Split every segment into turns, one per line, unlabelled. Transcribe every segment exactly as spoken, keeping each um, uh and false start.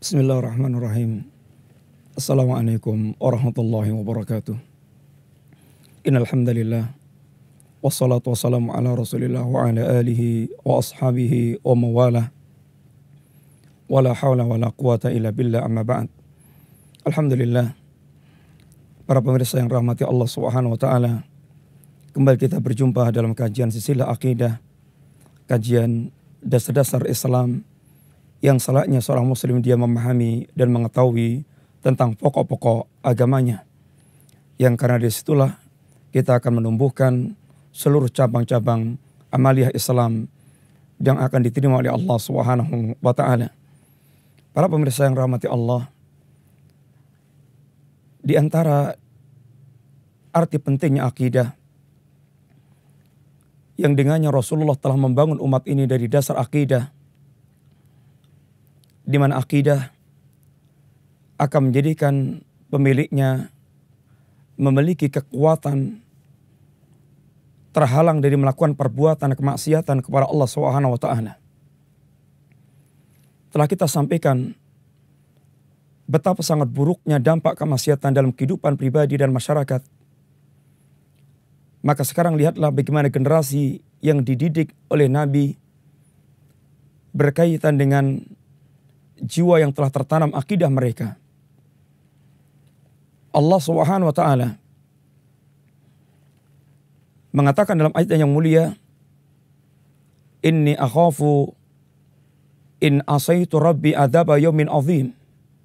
Bismillahirrahmanirrahim. Assalamualaikum warahmatullahi wabarakatuh. Innal hamdalillah wassalatu wassalamu ala Rasulillah wa ala alihi wa ashabihi wa mawalah. Wala haula wala quwata illa billah, amma ba'd. Alhamdulillah. Para pemirsa yang rahmati Allah Subhanahu wa taala, kembali kita berjumpa dalam kajian silsilah akidah, kajian dasar-dasar Islam yang salatnya seorang muslim dia memahami dan mengetahui tentang pokok-pokok agamanya. Yang karena disitulah kita akan menumbuhkan seluruh cabang-cabang amaliyah Islam yang akan diterima oleh Allah Subhanahu wa taala. Para pemirsa yang rahmati Allah, di antara arti pentingnya akidah yang dengannya Rasulullah telah membangun umat ini dari dasar akidah, di mana akidah akan menjadikan pemiliknya memiliki kekuatan terhalang dari melakukan perbuatan kemaksiatan kepada Allah Subhanahu wa taala. Telah kita sampaikan betapa sangat buruknya dampak kemaksiatan dalam kehidupan pribadi dan masyarakat. Maka sekarang lihatlah bagaimana generasi yang dididik oleh Nabi berkaitan dengan jiwa yang telah tertanam akidah mereka. Allah Subhanahu wa taala mengatakan dalam ayat yang mulia, "Inni akhafu in asaitu rabbi adzaba yaumin azim."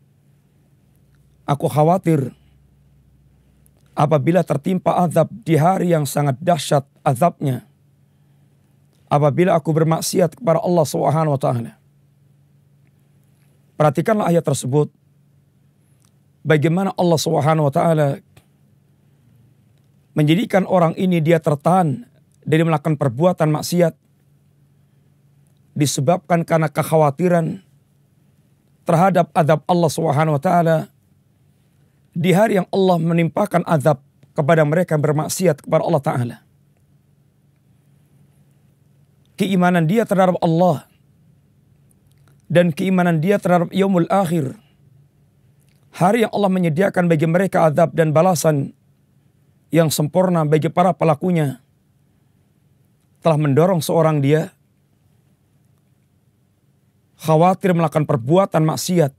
Aku khawatir apabila tertimpa azab di hari yang sangat dahsyat azabnya, apabila aku bermaksiat kepada Allah Subhanahu wa taala. Perhatikanlah ayat tersebut. Bagaimana Allah Subhanahu wa taala menjadikan orang ini dia tertahan dari melakukan perbuatan maksiat disebabkan karena kekhawatiran terhadap azab Allah Subhanahu wa taala di hari yang Allah menimpakan azab kepada mereka yang bermaksiat kepada Allah taala. Keimanan dia terhadap Allah dan keimanan dia terhadap yaumul akhir, hari yang Allah menyediakan bagi mereka azab dan balasan yang sempurna bagi para pelakunya, telah mendorong seorang dia khawatir melakukan perbuatan maksiat.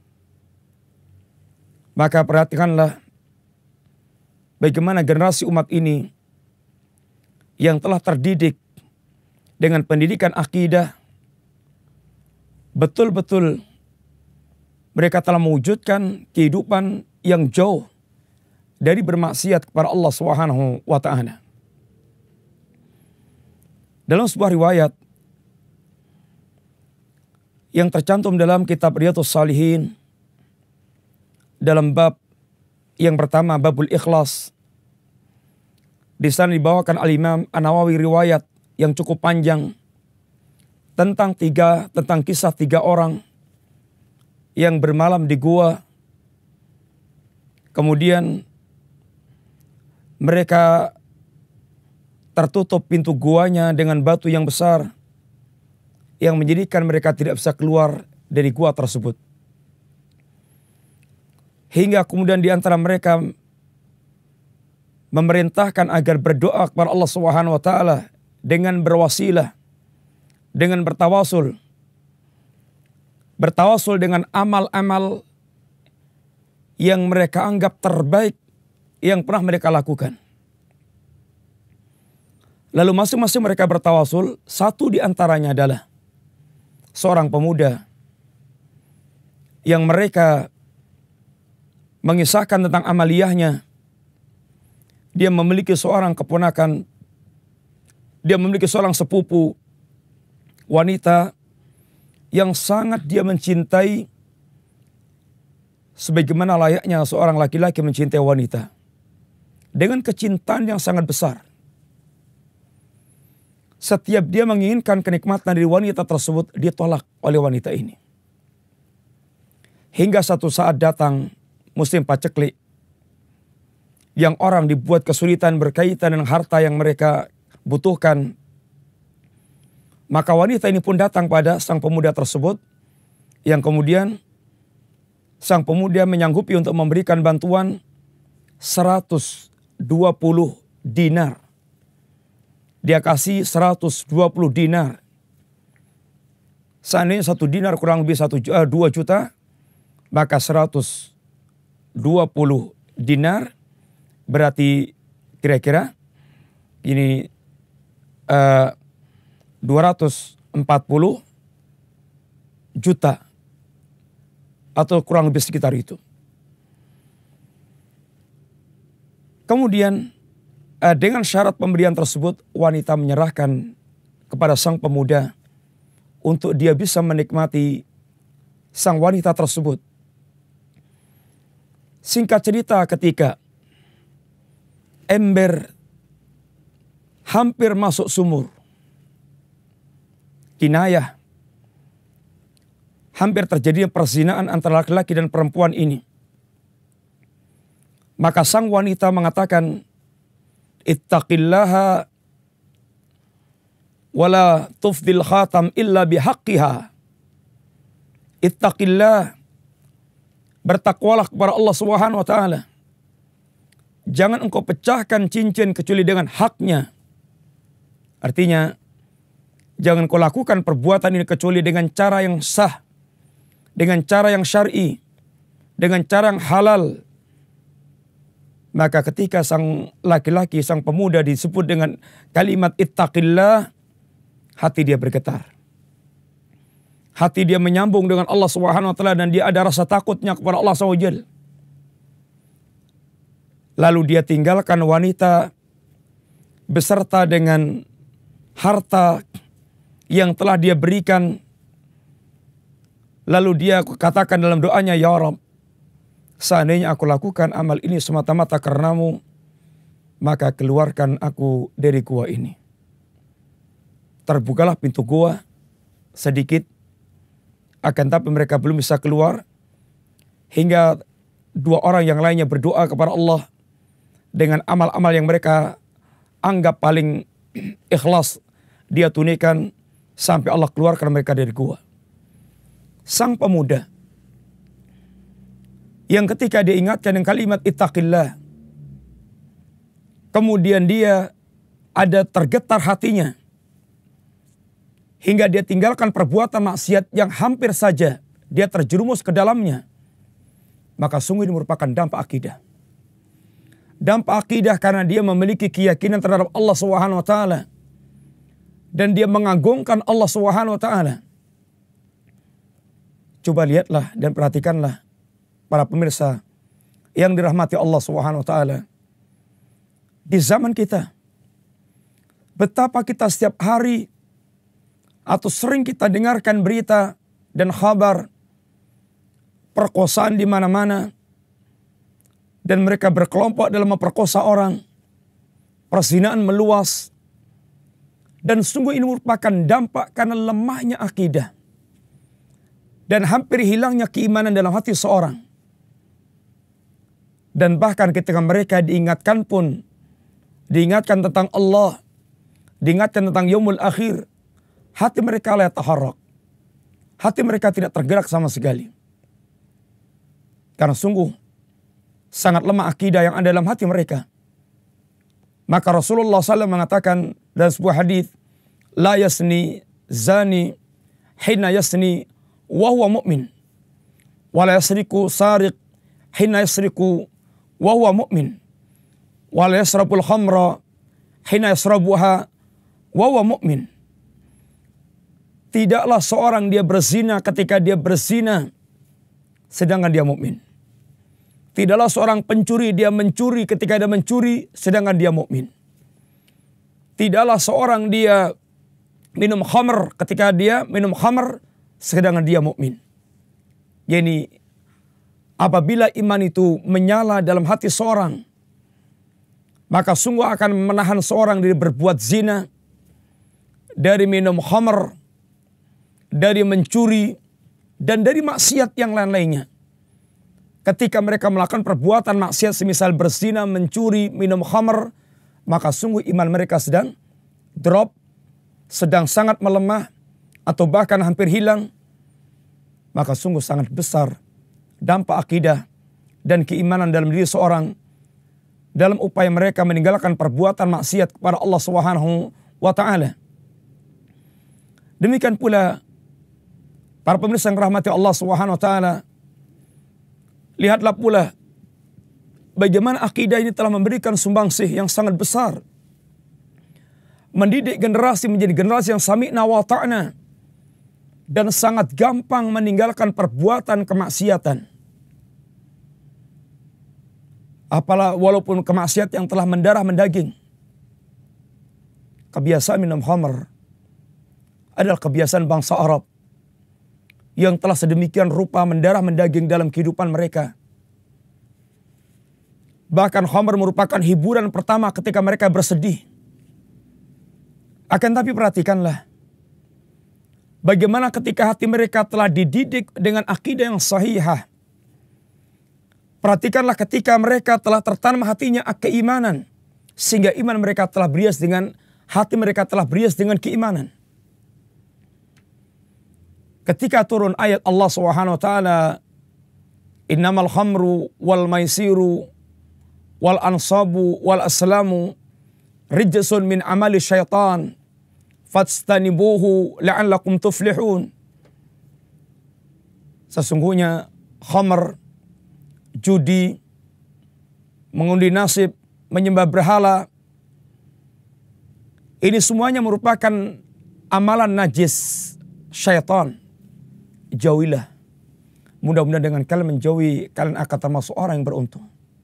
Maka perhatikanlah bagaimana generasi umat ini yang telah terdidik dengan pendidikan akidah, betul-betul mereka telah mewujudkan kehidupan yang jauh dari bermaksiat kepada Allah Subhanahu wa taala. Dalam sebuah riwayat yang tercantum dalam kitab Riyadhus Shalihin, dalam bab yang pertama, babul ikhlas, di sana dibawakan Al-Imam An-Nawawi riwayat yang cukup panjang tentang tiga tentang kisah tiga orang yang bermalam di gua. Kemudian mereka tertutup pintu guanya dengan batu yang besar yang menjadikan mereka tidak bisa keluar dari gua tersebut. Hingga kemudian di antara mereka memerintahkan agar berdoa kepada Allah Subhanahu wa taala dengan berwasilah, dengan bertawasul. Bertawasul dengan amal-amal yang mereka anggap terbaik yang pernah mereka lakukan. Lalu masing-masing mereka bertawasul, satu di antaranya adalah seorang pemuda yang mereka mengisahkan tentang amaliyahnya. Dia memiliki seorang keponakan, dia memiliki seorang sepupu wanita yang sangat dia mencintai sebagaimana layaknya seorang laki-laki mencintai wanita, dengan kecintaan yang sangat besar. Setiap dia menginginkan kenikmatan dari wanita tersebut, ditolak oleh wanita ini. Hingga satu saat datang musim paceklik, yang orang dibuat kesulitan berkaitan dengan harta yang mereka butuhkan. Maka wanita ini pun datang pada sang pemuda tersebut, yang kemudian sang pemuda menyanggupi untuk memberikan bantuan seratus dua puluh dinar. Dia kasih seratus dua puluh dinar. Seandainya satu dinar kurang lebih satu, uh, dua juta, maka seratus dua puluh dinar berarti kira-kira ini uh, dua ratus empat puluh juta atau kurang lebih sekitar itu. Kemudian uh, dengan syarat pemberian tersebut, wanita menyerahkan kepada sang pemuda untuk dia bisa menikmati sang wanita tersebut. Singkat cerita, ketika ember hampir masuk sumur, kinayah, hampir terjadi perzinahan antara laki-laki dan perempuan ini. Maka sang wanita mengatakan, ittaqillaha wala tufdil khatam illa bihaqqiha. Ittaqillah, bertakwalah kepada Allah Subhanahu wa taala. Jangan engkau pecahkan cincin kecuali dengan haknya. Artinya, jangan kau lakukan perbuatan ini kecuali dengan cara yang sah, dengan cara yang syar'i, dengan cara yang halal. Maka ketika sang laki-laki, sang pemuda disebut dengan kalimat ittaqillah, hati dia bergetar. Hati dia menyambung dengan Allah Subhanahu wa taala dan dia ada rasa takutnya kepada Allah subhanahu wa taala. Lalu dia tinggalkan wanita beserta dengan harta yang telah dia berikan. Lalu dia katakan dalam doanya, ya Rabb, seandainya aku lakukan amal ini semata-mata karenamu, maka keluarkan aku dari gua ini. Terbukalah pintu gua sedikit, akan tapi mereka belum bisa keluar. Hingga dua orang yang lainnya berdoa kepada Allah dengan amal-amal yang mereka anggap paling ikhlas dia tunaikan sampai Allah keluarkan mereka dari gua. Sang pemuda yang ketika dia ingatkan dengan kalimat ittaqillah, kemudian dia ada tergetar hatinya hingga dia tinggalkan perbuatan maksiat yang hampir saja dia terjerumus ke dalamnya. Maka sungguh ini merupakan dampak akidah. Dampak akidah karena dia memiliki keyakinan terhadap Allah Subhanahu wa taala dan dia mengagungkan Allah Subhanahu wa taala. Coba lihatlah dan perhatikanlah para pemirsa yang dirahmati Allah Subhanahu wa taala. Di zaman kita, betapa kita setiap hari atau sering kita dengarkan berita dan kabar perkosaan di mana-mana, dan mereka berkelompok dalam memperkosa orang, perzinahan meluas, dan sungguh ini merupakan dampak karena lemahnya akidah dan hampir hilangnya keimanan dalam hati seorang. Dan bahkan ketika mereka diingatkan pun, diingatkan tentang Allah, diingatkan tentang yaumul akhir, hati mereka la taharrak. Hati mereka tidak tergerak sama sekali. Karena sungguh sangat lemah akidah yang ada dalam hati mereka. Maka Rasulullah shallallahu alaihi wasallam mengatakan dalam sebuah hadis, la yasni zani hina yasni wa huwa mu'min, wa la yasriku sariq hina yasriku wa huwa mu'min, wa la yasrabul khamra hina yasrabuha wa huwa mu'min. Tidaklah seorang dia berzina ketika dia berzina sedangkan dia mukmin. Tidaklah seorang pencuri dia mencuri ketika dia mencuri sedangkan dia mukmin. Tidaklah seorang dia minum khamr ketika dia minum khamr sedangkan dia mukmin. Jadi apabila iman itu menyala dalam hati seorang, maka sungguh akan menahan seorang dari berbuat zina, dari minum khamr, dari mencuri, dan dari maksiat yang lain-lainnya. Ketika mereka melakukan perbuatan maksiat semisal berzina, mencuri, minum khamr, maka sungguh iman mereka sedang drop, sedang sangat melemah, atau bahkan hampir hilang. Maka sungguh sangat besar dampak akidah dan keimanan dalam diri seorang dalam upaya mereka meninggalkan perbuatan maksiat kepada Allah Subhanahu wa taala. Demikian pula para pemirsa yang rahmati Allah Subhanahu wa taala, lihatlah pula bagaimana akidah ini telah memberikan sumbangsih yang sangat besar. Mendidik generasi menjadi generasi yang sami'na wa ta'na dan sangat gampang meninggalkan perbuatan kemaksiatan. Apalah walaupun kemaksiat yang telah mendarah mendaging. Kebiasaan minum khamr adalah kebiasaan bangsa Arab yang telah sedemikian rupa mendarah mendaging dalam kehidupan mereka. Bahkan khamr merupakan hiburan pertama ketika mereka bersedih. Akan tapi perhatikanlah bagaimana ketika hati mereka telah dididik dengan akidah yang sahihah. Perhatikanlah ketika mereka telah tertanam hatinya keimanan, sehingga iman mereka telah berias dengan hati mereka telah berias dengan keimanan. Ketika turun ayat Allah Subhanahu wa taala, innamal khamru wal maisiru wal ansabu wal aslamu rijsun min amali syaitan fastanibuhu la'allakum tuflihun. Sesungguhnya khamr, judi, mengundi nasib, menyembah berhala, ini semuanya merupakan amalan najis syaitan. Jauhilah. Mudah-mudahan dengan kalian menjauhi, kalian akan termasuk orang yang beruntung.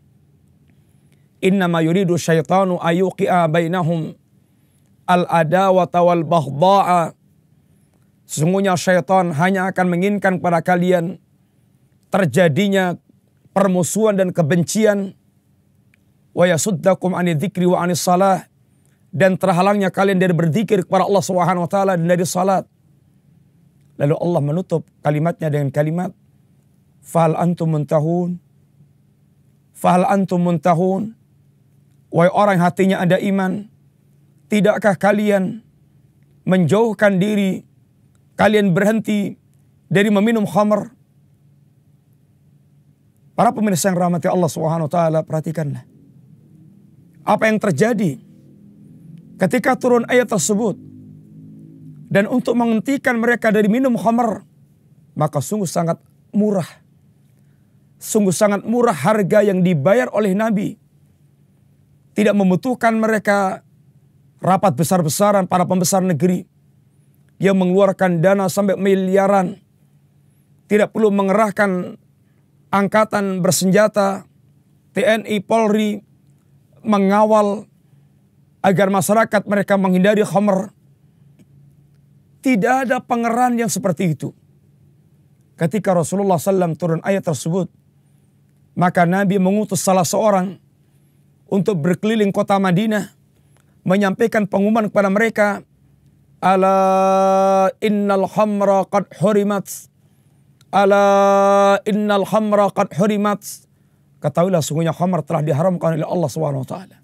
Innama yuridu syaitanu ayuqi'a bainahum al-adawata wal baghdha'a. Sesungguhnya syaitan hanya akan menginginkan pada kalian terjadinya permusuhan dan kebencian. Wa yasuddakum 'ani dzikri wa 'anis shalah, dan terhalangnya kalian dari berzikir kepada Allah Subhanahu wa taala dan dari salat. Lalu Allah menutup kalimatnya dengan kalimat fahal antum muntahun. Fahal antum muntahun. Wahai orang hatinya ada iman, tidakkah kalian menjauhkan diri, kalian berhenti dari meminum khamr? Para pemirsa yang rahmati Allah Subhanahu wa taala, perhatikanlah apa yang terjadi ketika turun ayat tersebut. Dan untuk menghentikan mereka dari minum khamr, maka sungguh sangat murah. Sungguh sangat murah harga yang dibayar oleh Nabi. Tidak membutuhkan mereka rapat besar-besaran para pembesar negeri yang mengeluarkan dana sampai miliaran. Tidak perlu mengerahkan angkatan bersenjata, T N I, Polri, mengawal agar masyarakat mereka menghindari khamr. Tidak ada pengerahan yang seperti itu. Ketika Rasulullah sallallahu alaihi wasallam turun ayat tersebut, maka Nabi mengutus salah seorang untuk berkeliling kota Madinah, menyampaikan pengumuman kepada mereka, ala innal khamra qad hurimat, ala innal khamra qad hurimat. Ketahuilah sungguhnya khamr telah diharamkan oleh Allah Subhanahu wa taala.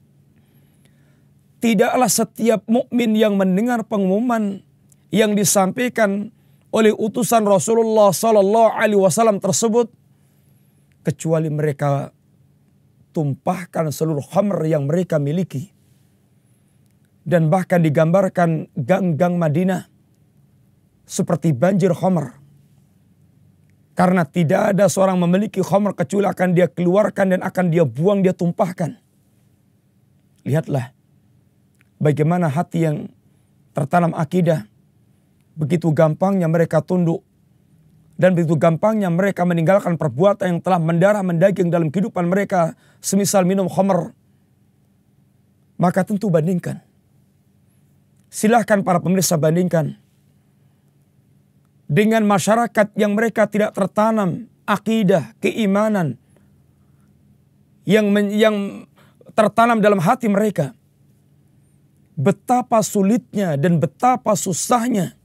Tidaklah setiap mukmin yang mendengar pengumuman yang disampaikan oleh utusan Rasulullah sallallahu alaihi wasallam tersebut, kecuali mereka tumpahkan seluruh khamr yang mereka miliki. Dan bahkan digambarkan gang-gang Madinah seperti banjir khamr. Karena tidak ada seorang memiliki khamr kecuali akan dia keluarkan dan akan dia buang, dia tumpahkan. Lihatlah bagaimana hati yang tertanam akidah, begitu gampangnya mereka tunduk dan begitu gampangnya mereka meninggalkan perbuatan yang telah mendarah mendaging dalam kehidupan mereka, semisal minum khamr. Maka tentu bandingkan. Silahkan para pemirsa bandingkan dengan masyarakat yang mereka tidak tertanam akidah, keimanan yang men, yang tertanam dalam hati mereka. Betapa sulitnya dan betapa susahnya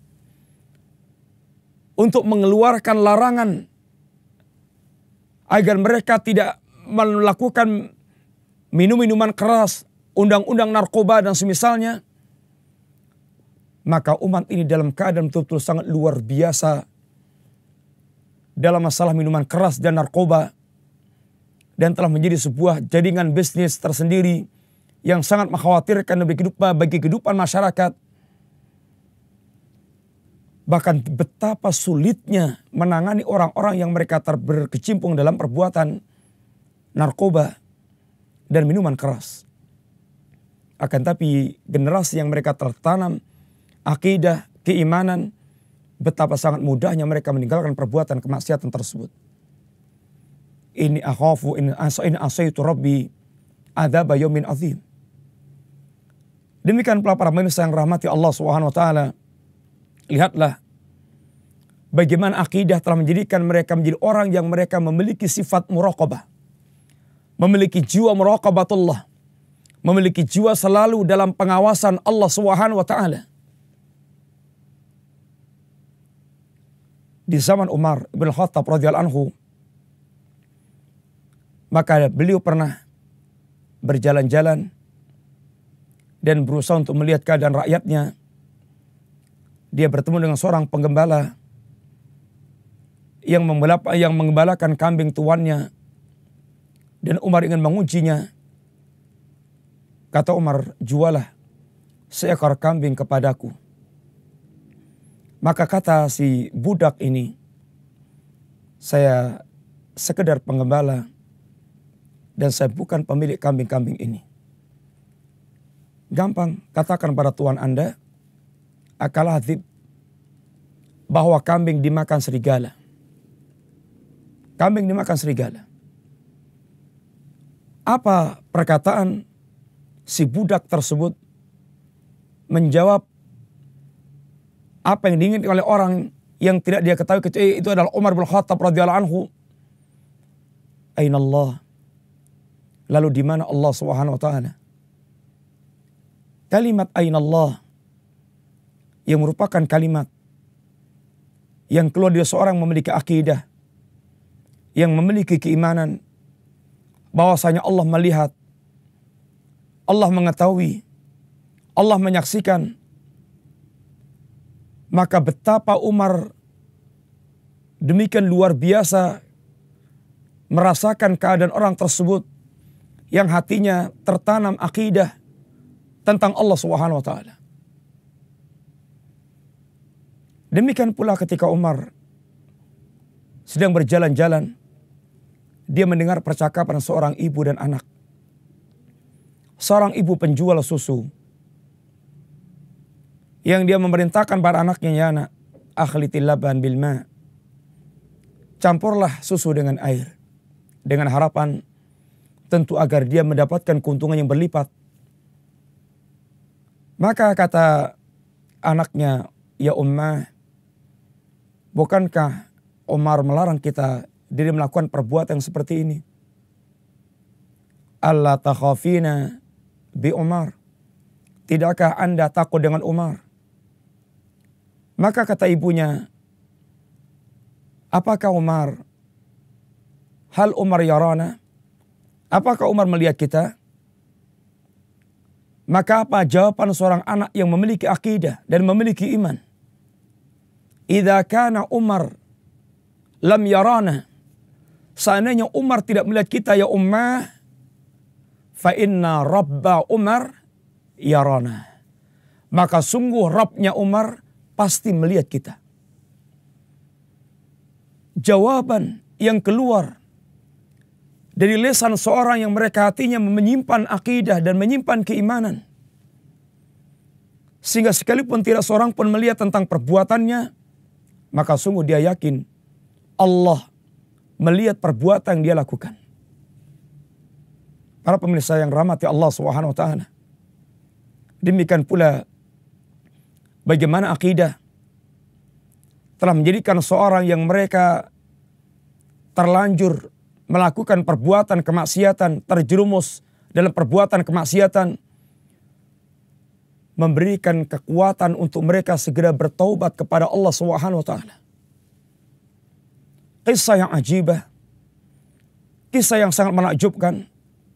untuk mengeluarkan larangan agar mereka tidak melakukan minum-minuman keras, undang-undang narkoba dan semisalnya. Maka umat ini dalam keadaan betul-betul sangat luar biasa dalam masalah minuman keras dan narkoba, dan telah menjadi sebuah jaringan bisnis tersendiri yang sangat mengkhawatirkan bagi kehidupan, bagi kehidupan masyarakat. Bahkan betapa sulitnya menangani orang-orang yang mereka berkecimpung dalam perbuatan narkoba dan minuman keras. Akan tapi generasi yang mereka tertanam akidah, keimanan, betapa sangat mudahnya mereka meninggalkan perbuatan kemaksiatan tersebut. Ini akhafu in asaitu rabbi adzab yaumin azim. Demikian pula para manusia yang rahmati Allah Subhanahu wa taala. Lihatlah bagaimana akidah telah menjadikan mereka menjadi orang yang mereka memiliki sifat muraqabah. Memiliki jiwa muraqabatullah. Memiliki jiwa selalu dalam pengawasan Allah Subhanahu wa taala. Di zaman Umar bin Khattab radhiyallahu anhu, maka beliau pernah berjalan-jalan dan berusaha untuk melihat keadaan rakyatnya. Dia bertemu dengan seorang penggembala yang yang menggembalakan kambing tuannya, dan Umar ingin mengujinya. Kata Umar, jualah seekor kambing kepadaku. Maka kata si budak ini, saya sekedar penggembala dan saya bukan pemilik kambing-kambing ini. Gampang, katakan pada Tuhan Anda, akal hadib, bahwa kambing dimakan serigala. Kambing dimakan serigala. Apa perkataan si budak tersebut? Menjawab apa yang diinginkan oleh orang yang tidak dia ketahui kecuali itu adalah Umar bin Khattab radhiyallahu anhu. Aina Allah? Lalu di mana Allah Subhanahu wa taala? Kalimat aina Allah yang merupakan kalimat yang keluar dari seorang memiliki akidah, yang memiliki keimanan bahwasanya Allah melihat, Allah mengetahui, Allah menyaksikan. Maka betapa Umar demikian luar biasa merasakan keadaan orang tersebut yang hatinya tertanam akidah tentang Allah Subhanahu wa taala. Demikian pula ketika Umar sedang berjalan-jalan, dia mendengar percakapan seorang ibu dan anak. Seorang ibu penjual susu yang dia memerintahkan pada anaknya, ya anak, akhlitil laban bil ma. Campurlah susu dengan air, dengan harapan tentu agar dia mendapatkan keuntungan yang berlipat. Maka kata anaknya, ya ummah, bukankah Umar melarang kita dari melakukan perbuatan yang seperti ini? Allah takhafina bi Umar. Tidakkah Anda takut dengan Umar? Maka kata ibunya, apakah Umar? Hal Umar yarana? Apakah Umar melihat kita? Maka apa jawaban seorang anak yang memiliki akidah dan memiliki iman? Idza kana Umar lam yarana. Seandainya Umar tidak melihat kita, ya ummah, fa inna rabba Umar yarana. Maka sungguh Rabbnya Umar pasti melihat kita. Jawaban yang keluar dari lisan seorang yang mereka hatinya menyimpan akidah dan menyimpan keimanan, sehingga sekalipun tidak seorang pun melihat tentang perbuatannya, maka sungguh dia yakin Allah melihat perbuatan yang dia lakukan. Para pemirsa yang rahmati Allah Subhanahu wa taala, demikian pula bagaimana akidah telah menjadikan seorang yang mereka terlanjur melakukan perbuatan kemaksiatan, terjerumus dalam perbuatan kemaksiatan, memberikan kekuatan untuk mereka segera bertaubat kepada Allah Subhanahu wa taala. Kisah yang ajibah, kisah yang sangat menakjubkan,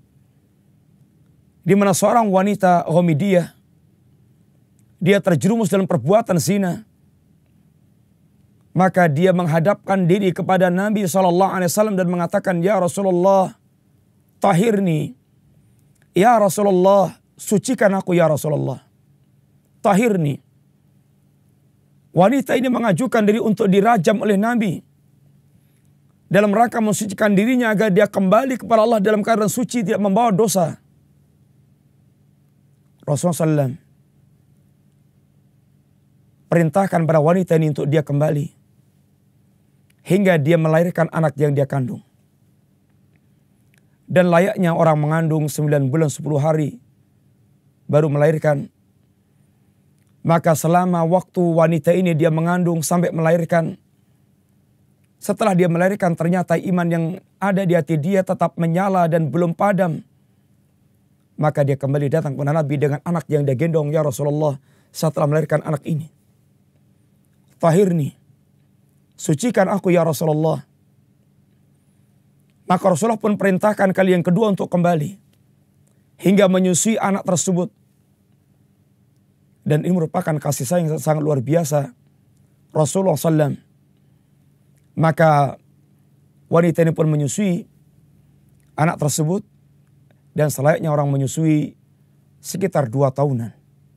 di mana seorang wanita Ghamidiyah, dia terjerumus dalam perbuatan zina. Maka dia menghadapkan diri kepada Nabi shallallahu alaihi wasallam dan mengatakan, ya Rasulullah, tahirni. Ya Rasulullah, sucikan aku ya Rasulullah. Tahirni. Wanita ini mengajukan diri untuk dirajam oleh Nabi. Dalam rangka mensucikan dirinya agar dia kembali kepada Allah dalam keadaan suci, tidak membawa dosa. Rasulullah shallallahu alaihi wasallam perintahkan pada wanita ini untuk dia kembali. Hingga dia melahirkan anak yang dia kandung. Dan layaknya orang mengandung sembilan bulan sepuluh hari baru melahirkan. Maka selama waktu wanita ini dia mengandung sampai melahirkan. Setelah dia melahirkan ternyata iman yang ada di hati dia tetap menyala dan belum padam. Maka dia kembali datang kepada Nabi dengan anak yang dia gendong. Ya Rasulullah, setelah melahirkan anak ini, tahirni, sucikan aku ya Rasulullah. Maka Rasulullah pun perintahkan kali yang kedua untuk kembali. Hingga menyusui anak tersebut. Dan ini merupakan kasih sayang yang sangat luar biasa Rasulullah shallallahu alaihi wasallam. Maka wanita ini pun menyusui anak tersebut. Dan selayaknya orang menyusui sekitar dua tahunan.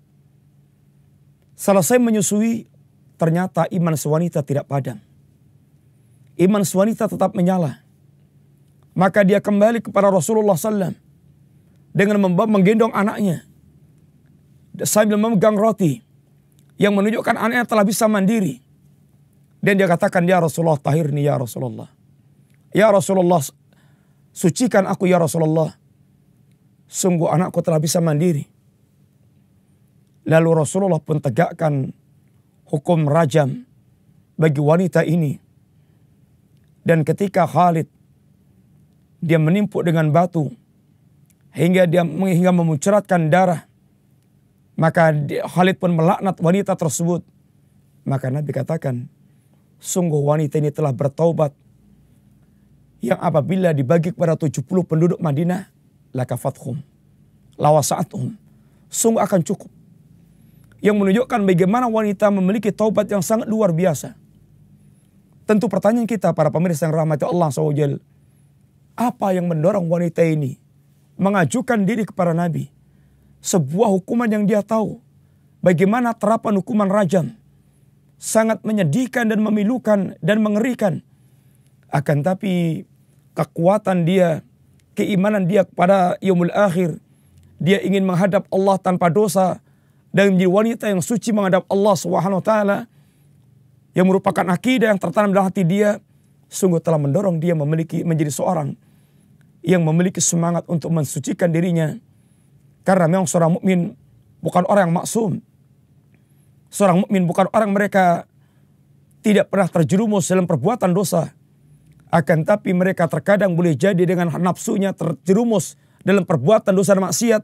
Selesai menyusui, ternyata iman sewanita tidak padam. Iman sewanita tetap menyala. Maka dia kembali kepada Rasulullah shallallahu alaihi wasallam dengan membawa menggendong anaknya sambil memegang roti yang menunjukkan anaknya telah bisa mandiri. Dan dia katakan, ya Rasulullah, tahirni ya Rasulullah. Ya Rasulullah, sucikan aku ya Rasulullah. Sungguh anakku telah bisa mandiri. Lalu Rasulullah pun tegakkan hukum rajam bagi wanita ini. Dan ketika Khalid dia menimpuk dengan batu hingga dia hingga memuncratkan darah, maka Khalid pun melaknat wanita tersebut. Maka Nabi katakan, sungguh wanita ini telah bertaubat, yang apabila dibagi kepada tujuh puluh penduduk Madinah, lakafathum, lawasa'athum, sungguh akan cukup. Yang menunjukkan bagaimana wanita memiliki taubat yang sangat luar biasa. Tentu pertanyaan kita para pemirsa yang rahmati Allah subhanahu wa taala, apa yang mendorong wanita ini mengajukan diri kepada Nabi? Sebuah hukuman yang dia tahu. Bagaimana terapan hukuman rajam. Sangat menyedihkan dan memilukan dan mengerikan. Akan tapi kekuatan dia, keimanan dia kepada yaumul akhir. Dia ingin menghadap Allah tanpa dosa. Dan menjadi wanita yang suci menghadap Allah subhanahu wa taala. Yang merupakan akidah yang tertanam dalam hati dia. Sungguh telah mendorong dia memiliki menjadi seorang yang memiliki semangat untuk mensucikan dirinya. Karena memang seorang mukmin bukan orang yang maksum. Seorang mukmin bukan orang mereka tidak pernah terjerumus dalam perbuatan dosa. Akan tapi mereka terkadang boleh jadi dengan nafsunya terjerumus dalam perbuatan dosa dan maksiat.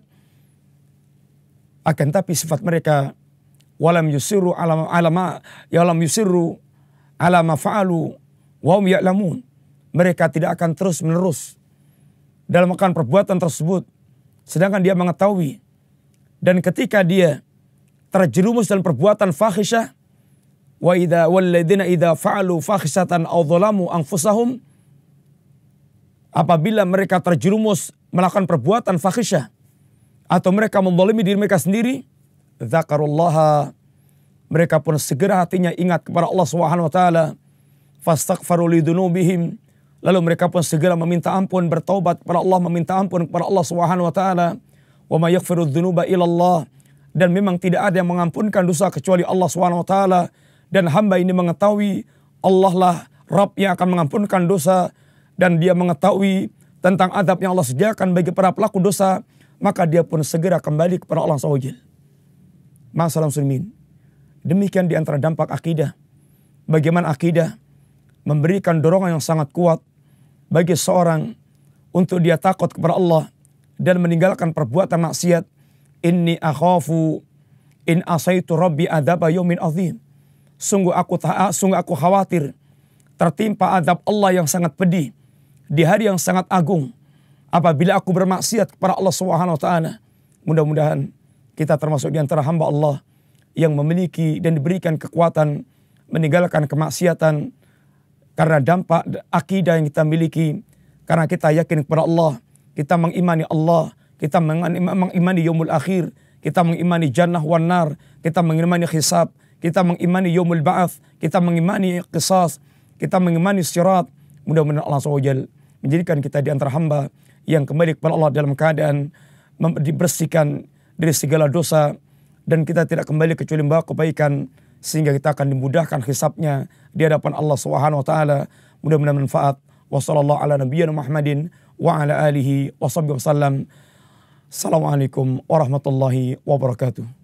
Akan tapi sifat mereka walam yusiru ala alama ya lam yusiru ala ma fa'alu wa hum ya'lamun. Mereka tidak akan terus menerus dalam melakukan perbuatan tersebut sedangkan dia mengetahui. Dan ketika dia terjerumus dalam perbuatan fahisyah, wa idza walladzina idza fa'alu fahisatan aw dzalamu anfusahum, apabila mereka terjerumus melakukan perbuatan fahisyah atau mereka menzalimi diri mereka sendiri, dzakarullaha, mereka pun segera hatinya ingat kepada Allah Subhanahu wa taala, fastaghfaru lidzunubihim, lalu mereka pun segera meminta ampun, bertaubat kepada Allah, meminta ampun kepada Allah Subhanahu wa taala. Wa may yaghfiru dzunuba illallah, dan memang tidak ada yang mengampunkan dosa kecuali Allah Subhanahu wa taala, dan hamba ini mengetahui Allah lah Rabb yang akan mengampunkan dosa, dan dia mengetahui tentang adab yang Allah sediakan bagi para pelaku dosa, maka dia pun segera kembali kepada Allah subhanahu wa taala. Masalah muslimin, demikian di antara dampak akidah. Bagaimana akidah memberikan dorongan yang sangat kuat bagi seorang untuk dia takut kepada Allah dan meninggalkan perbuatan maksiat. Inni akhafu in asaitu rabbi adzaba yaumin azim. Sungguh aku ta sungguh aku khawatir tertimpa azab Allah yang sangat pedih di hari yang sangat agung apabila aku bermaksiat kepada Allah Subhanahu wa taala. Mudah-mudahan kita termasuk di antara hamba Allah yang memiliki dan diberikan kekuatan meninggalkan kemaksiatan karena dampak akidah yang kita miliki, karena kita yakin kepada Allah, kita mengimani Allah, kita mengimani yaumul akhir, kita mengimani jannah wan nar, kita mengimani hisab, kita mengimani yaumul ba'ats, kita mengimani qisas, kita mengimani sirat. Mudah-mudahan Allah subhanahu wa taala menjadikan kita di antara hamba yang kembali kepada Allah dalam keadaan dibersihkan dari segala dosa, dan kita tidak kembali kecuali membawa kebaikan, sehingga kita akan dimudahkan hisabnya di hadapan Allah Subhanahu wa taala. Mudah-mudahan manfaat. Wassallallahu ala nabiyyina Muhammadin wa ala alihi wa sahbihi wasallam. Assalamualaikum warahmatullahi wabarakatuh.